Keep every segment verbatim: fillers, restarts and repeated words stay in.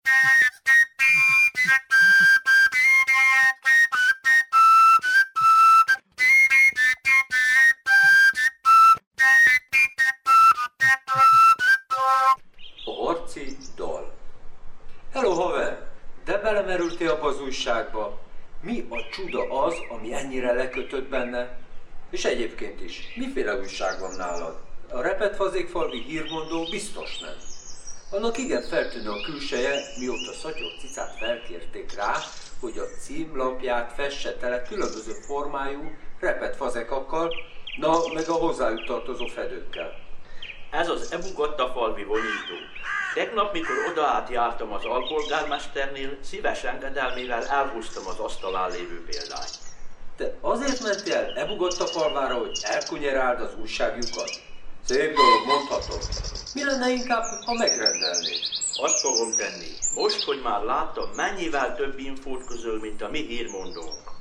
A harci dal. Hello haver, de belemerültél abba az újságba? Mi a csuda az, ami ennyire lekötött benne? És egyébként is, miféle újság van nálad? A Repetfazékfalvi hírmondó biztos nem. Annak igen feltűnő a külseje, mióta Szatyor Cicát felkérték rá, hogy a címlapját fesse tele különböző formájú repetfazekakkal, na meg a hozzájuk tartozó fedőkkel. Ez az Ebugatta-falvi vonyító. Tegnap, mikor oda átjártam az alpolgármesternél, szíves engedelmével elhúztam az asztalán lévő példányt. Te azért mentél el Ebugatta-falvára, hogy elkunyeráld az újságjukat? Szép dolog, mondhatod. Mi lenne inkább, ha megrendelnéd? Azt fogom tenni. Most, hogy már láttam, mennyivel több infót közöl, mint a mi hírmondónk.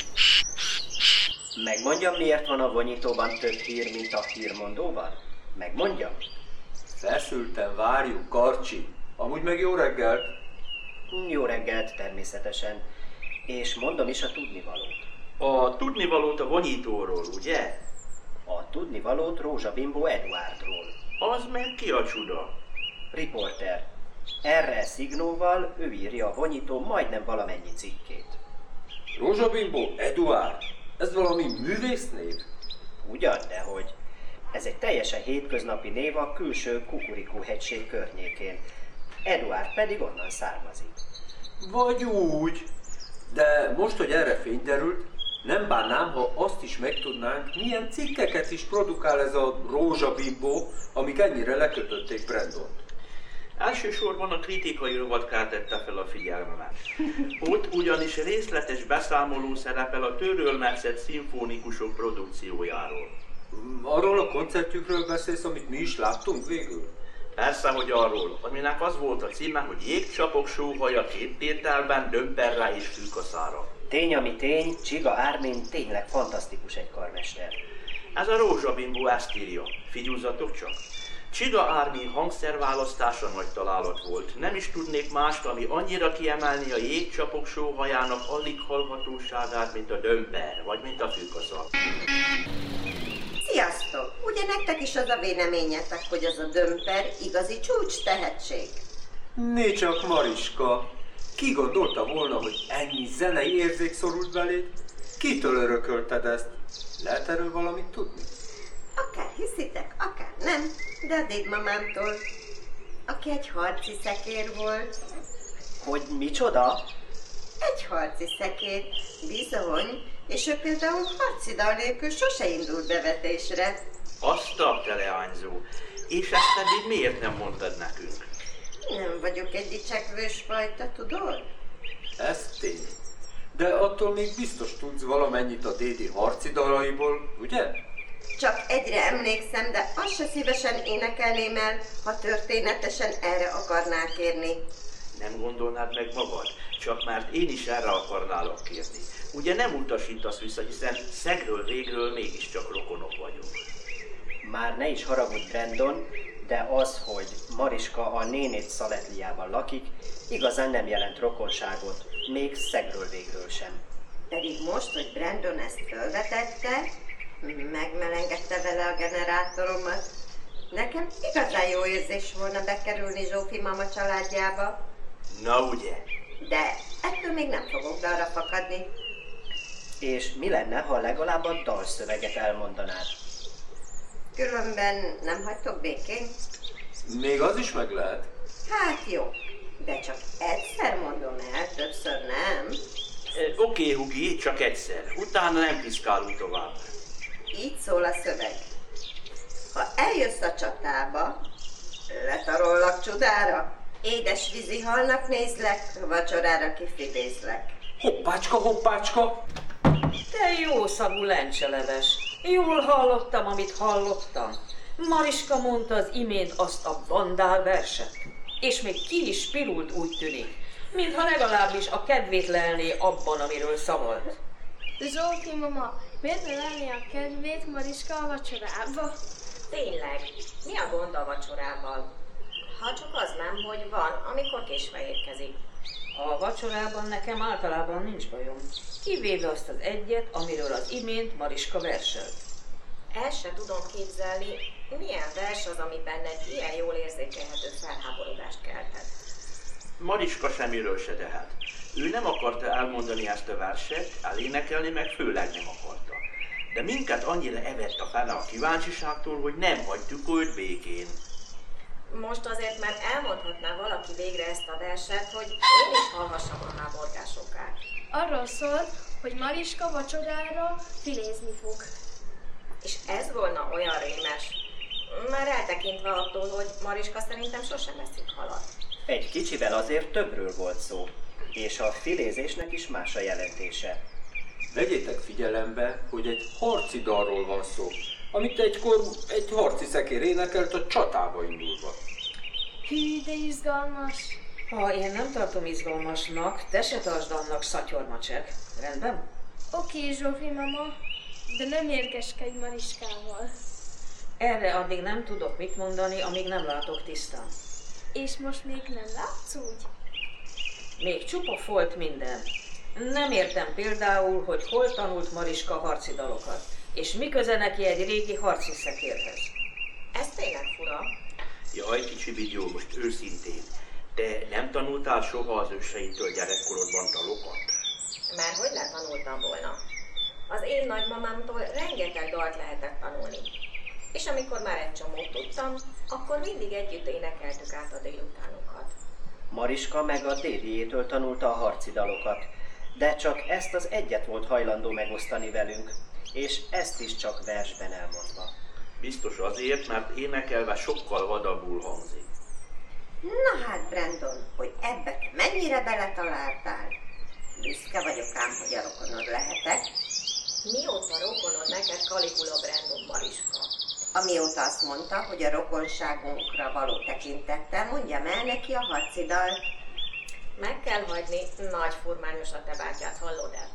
Megmondjam, miért van a vonyítóban több hír, mint a hírmondóban? Megmondjam? Feszülten várjuk, Karcsi. Amúgy meg jó reggelt. Jó reggelt, természetesen. És mondom is a tudnivalót. A tudnivalót a vonyítóról, ugye? A tudnivalót Rózsabimbó Eduárdról. Az meg ki a csuda? Riporter. Erre szignóval ő írja a vonyító majdnem valamennyi cikkét. Rózsabimbó Eduárd? Ez valami művésznév? Ugyan, dehogy. Ez egy teljesen hétköznapi név a külső Kukurikú-hegység környékén. Eduárd pedig onnan származik. Vagy úgy. De most, hogy erre fény derült, nem bánnám, ha azt is megtudnánk, milyen cikkeket is produkál ez a Rózsabimbó, amik ennyire lekötötték Brandont. Elsősorban a kritikai rovatkár tette fel a figyelmemet. Ott ugyanis részletes beszámoló szerepel a törölmetszett szimfonikusok produkciójáról. Arról a koncertjükről beszélsz, amit mi is láttunk végül? Persze, hogy arról, aminek az volt a címe, hogy jégcsapok sóhaja két tételben, dömperre és fűkaszára. Tény, ami tény, Csiga Ármin tényleg fantasztikus egy karmester. Ez a Rózsabimbó ezt írja. Figyeljetek csak! Csiga Ármin hangszerválasztása nagy találat volt. Nem is tudnék mást, ami annyira kiemelni a jégcsapok sóhajának alig hallhatóságát, mint a dömper, vagy mint a fűkaszal. Sziasztok! Ugye nektek is az a véleményetek, hogy az a dömper igazi csúcs tehetség? Né csak Mariska. Ki gondolta volna, hogy ennyi zenei érzék szorult beléd? Kitől örökölted ezt? Lehet erről valamit tudni? Akár hiszitek, akár nem, de a dédmamámtól, aki egy harci szekér volt. Hogy micsoda? Egy harci szekér, bizony, és ő például harci dal nélkül sose indult bevetésre. Azt a teleányzó. És ezt eddig miért nem mondtad nekünk? Nem vagyok egy dicsekvős fajta, tudod? Ez tény. De attól még biztos tudsz valamennyit a Dédi harci dalaiból, ugye? Csak egyre emlékszem, de azt se szívesen énekelném el, ha történetesen erre akarnál kérni. Nem gondolnád meg magad? Csak mert én is erre akarnálak kérni. Ugye nem utasítasz vissza, hiszen szegről végről mégiscsak rokonok vagyunk. Már ne is haragudj, Brandon, de az, hogy Mariska a nénét Szaletliában lakik, igazán nem jelent rokonságot, még szegről végről sem. Pedig most, hogy Brandon ezt felvetette, megmelengedte vele a generátoromat. Nekem igazán jó érzés volna bekerülni Zsófi mama családjába. Na ugye? De ettől még nem fogok dalra fakadni. És mi lenne, ha legalább a dalszöveget elmondanád? Különben nem hagytok békén? Még az is meg lehet. Hát jó, de csak egyszer mondom el, többször nem. E, Oké, Hugi, csak egyszer. Utána nem piszkálunk tovább. Így szól a szöveg. Ha eljössz a csatába, letarollak csodára, édes vízi halnak nézlek, vacsorára kifidézlek. Hoppácska, hoppácska! Te jó szagú lencseleves! Jól hallottam, amit hallottam. Mariska mondta az imént azt a vandál verset. És még ki is pirult, úgy tűnik, mintha legalábbis a kedvét lelné abban, amiről szavolt. Zsófi mama, miért ne lenni a kedvét Mariska a vacsorába? Tényleg, mi a gond a vacsorával? Ha csak az nem, hogy van, amikor késve érkezik. A vacsorában nekem általában nincs bajom, kivéve azt az egyet, amiről az imént Mariska verselt. El se tudom képzelni, milyen vers az, ami benned ilyen jól érzékelhető felháborodást keltett. Mariska semmiről se tehet. Ő nem akarta elmondani ezt a verset, elénekelni meg főleg nem akarta. De minket annyira evett a fene a kíváncsiságtól, hogy nem hagytuk őt békén. Most azért már elmondhatná valaki végre ezt a verset, hogy én is hallhassam a háborgásokát. Arról szólt, hogy Mariska vacsorára filézni fog. És ez volna olyan rémes. Már eltekintve attól, hogy Mariska szerintem sosem eszik halat. Egy kicsivel azért többről volt szó, és a filézésnek is más a jelentése. Vegyétek figyelembe, hogy egy harci dalról van szó, amit egykor egy harci szekér énekelt a csatába indulva. Hű, de izgalmas. Ha én nem tartom izgalmasnak, te se tartsd annak, szatyormacsek. Rendben? Oké, Zsófi mama, de nem érgeskedj Mariskával. Erre addig nem tudok mit mondani, amíg nem látok tisztán. És most még nem látsz úgy? Még csupa folt minden. Nem értem például, hogy hol tanult Mariska harci dalokat, és mi köze neki egy régi harci szekérhez. Ez tényleg fura. Jaj, kicsi vigyó, most őszintén. Te nem tanultál soha az őseitől gyerekkorodban dalokat? Mert hogy letanultam volna? Az én nagymamámtól rengeteg dalt lehetett tanulni. És amikor már egy csomót tudtam, akkor mindig együtt énekeltük át a délutánokat. Mariska meg a dédiétől tanulta a harci dalokat, de csak ezt az egyet volt hajlandó megosztani velünk, és ezt is csak versben elmondva. Biztos azért, mert énekelve sokkal vadabbul hangzik. Na hát, Brandon, hogy ebbe te mennyire beletaláltál? Büszke vagyok ám, hogy a rokonod lehetek. Mióta rokonod neked Caligula Brandon, Mariska? Amióta azt mondta, hogy a rokonságunkra való tekintettel mondjam el neki a harci dalt. Meg kell hagyni, nagy furmányos a te bátyád, hallod-e?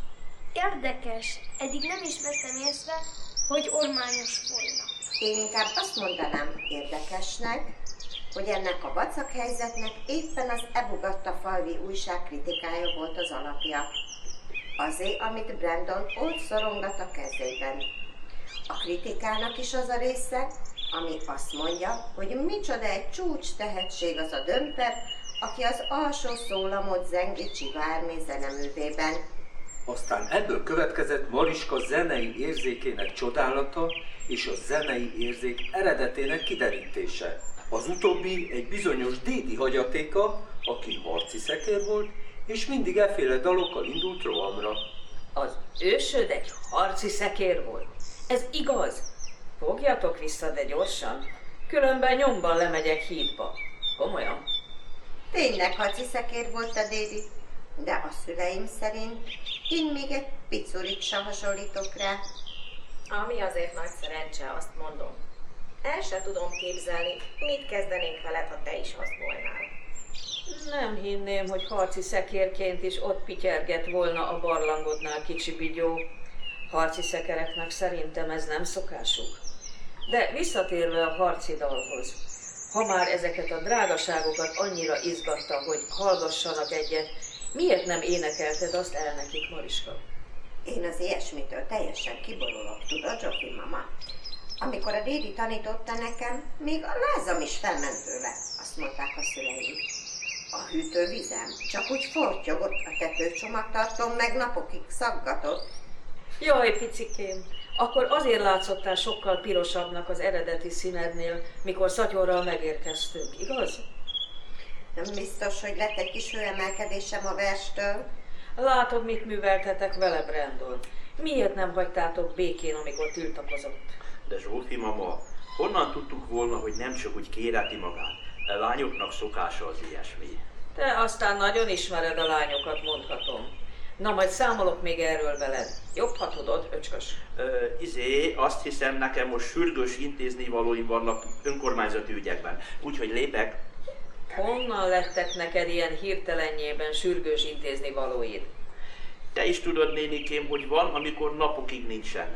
Érdekes, eddig nem is vettem észre, hogy ormányos volna. Én inkább azt mondanám érdekesnek, hogy ennek a vacak helyzetnek éppen az Ebugatta falvi újság kritikája volt az alapja. Azért, amit Brandon ott szorongat a kezében. A kritikának is az a része, ami azt mondja, hogy micsoda egy csúcs tehetség az a dömper, aki az alsó szólamot zengi Csivármé zeneművében. Aztán ebből következett Mariska zenei érzékének csodálata és a zenei érzék eredetének kiderítése. Az utóbbi egy bizonyos Dédi hagyatéka, aki harci szekér volt, és mindig efféle dalokkal indult rohamra. Az ősöd egy harci szekér volt. Ez igaz? Fogjatok vissza, de gyorsan. Különben nyomban lemegyek hídba. Komolyan? Tényleg haciszekér volt a Dédi, de a szüleim szerint én még egy picurit sem hasonlítok rá. Ami azért nagy szerencse, azt mondom. El se tudom képzelni, mit kezdenénk veled, ha te is az volnál. Nem hinném, hogy harci szekérként is ott pityergett volna a barlangodnál, kicsi bigyó. Harci szekereknek szerintem ez nem szokásuk. De visszatérve a harci dalhoz, ha már ezeket a drágaságokat annyira izgatta, hogy hallgassanak egyet, miért nem énekelted azt el nekik, Mariska? Én az ilyesmitől teljesen kiborulok, tudod, Zsófi mama? Amikor a Dédi tanította nekem, még a lázam is felment tőle, azt mondták a szüleim. A hűtővizem csak úgy fortyogott, a tetőcsomagtartóm meg napokig szaggatott. Jaj, picikém, akkor azért látszottál sokkal pirosabbnak az eredeti színednél, mikor szatyorral megérkeztünk, igaz? Nem biztos, hogy lett egy kis hőemelkedésem a verstől. Látod, mit műveltetek vele, Brandon. Miért nem hagytátok békén, amikor tiltakozott? De Zsófi mama, honnan tudtuk volna, hogy nem csak úgy kéreti magát? A lányoknak szokása az ilyesmi. Te aztán nagyon ismered a lányokat, mondhatom. Na, majd számolok még erről veled. Jobb, ha tudod, öcskös. Ö, izé, azt hiszem, nekem most sürgős intéznivalóim vannak önkormányzati ügyekben, úgyhogy lépek. Honnan lettek neked ilyen hirtelenjében sürgős intézni valóid? Te is tudod, nénikém, hogy van, amikor napokig nincsenek.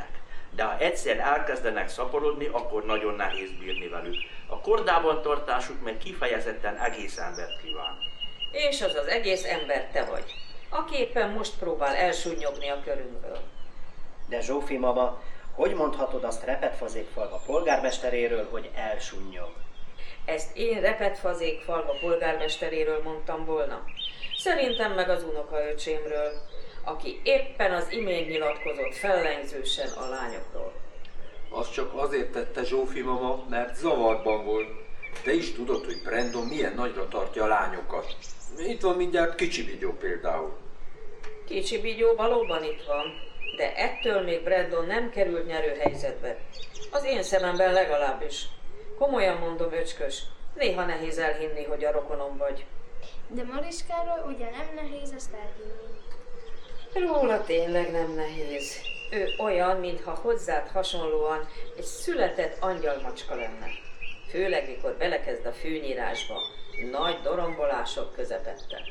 de ha egyszer elkezdenek szaporodni, akkor nagyon nehéz bírni velük. A kordában tartásuk meg kifejezetten egész embert kíván. És az az egész ember te vagy, aki éppen most próbál elsúnyogni a körünkből. De Zsófi mama, hogy mondhatod azt Repetfazékfalva polgármesteréről, hogy elsúnnyog? Ezt én Repetfazékfalva polgármesteréről mondtam volna. Szerintem meg az unokaöcsémről, aki éppen az imént nyilatkozott fellengzősen a lányokról. Az csak azért tette Zsófi mama, mert zavarban volt. Te is tudod, hogy Brandon milyen nagyra tartja a lányokat. Itt van mindjárt Kicsi Bigyó például. Kicsi Bigyó valóban itt van, de ettől még Brandon nem került nyerőhelyzetbe. Az én szememben legalábbis. Komolyan mondom, öcskös, néha nehéz elhinni, hogy a rokonom vagy. De Mariskáról ugye nem nehéz ezt elhinni. Róla tényleg nem nehéz. Ő olyan, mintha hozzád hasonlóan egy született angyalmacska lenne. Főleg, mikor belekezd a fűnyírásba, nagy dorombolások közepette.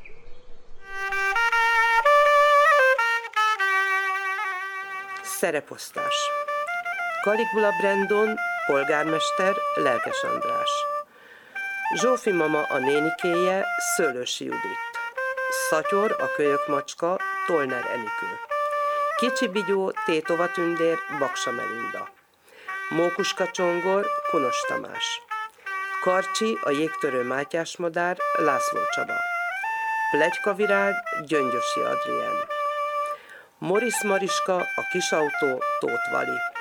Szereposztás. Caligula Brandon, polgármester, Lelkes András. Zsófi mama a nénikéje, Szőlősi Judit. Szatyor, a kölyök macska, Tolner Enikő. Kicsi Bigyó, Tétova tündér, Baksa Melinda. Mókuska Csongor, Kunos Tamás. Karcsi, a jégtörő Mátyás madár, László Csaba. Pletykavirág, Gyöngyösi Adrien. Morisz Mariska, a kisautó, Tóth Vali.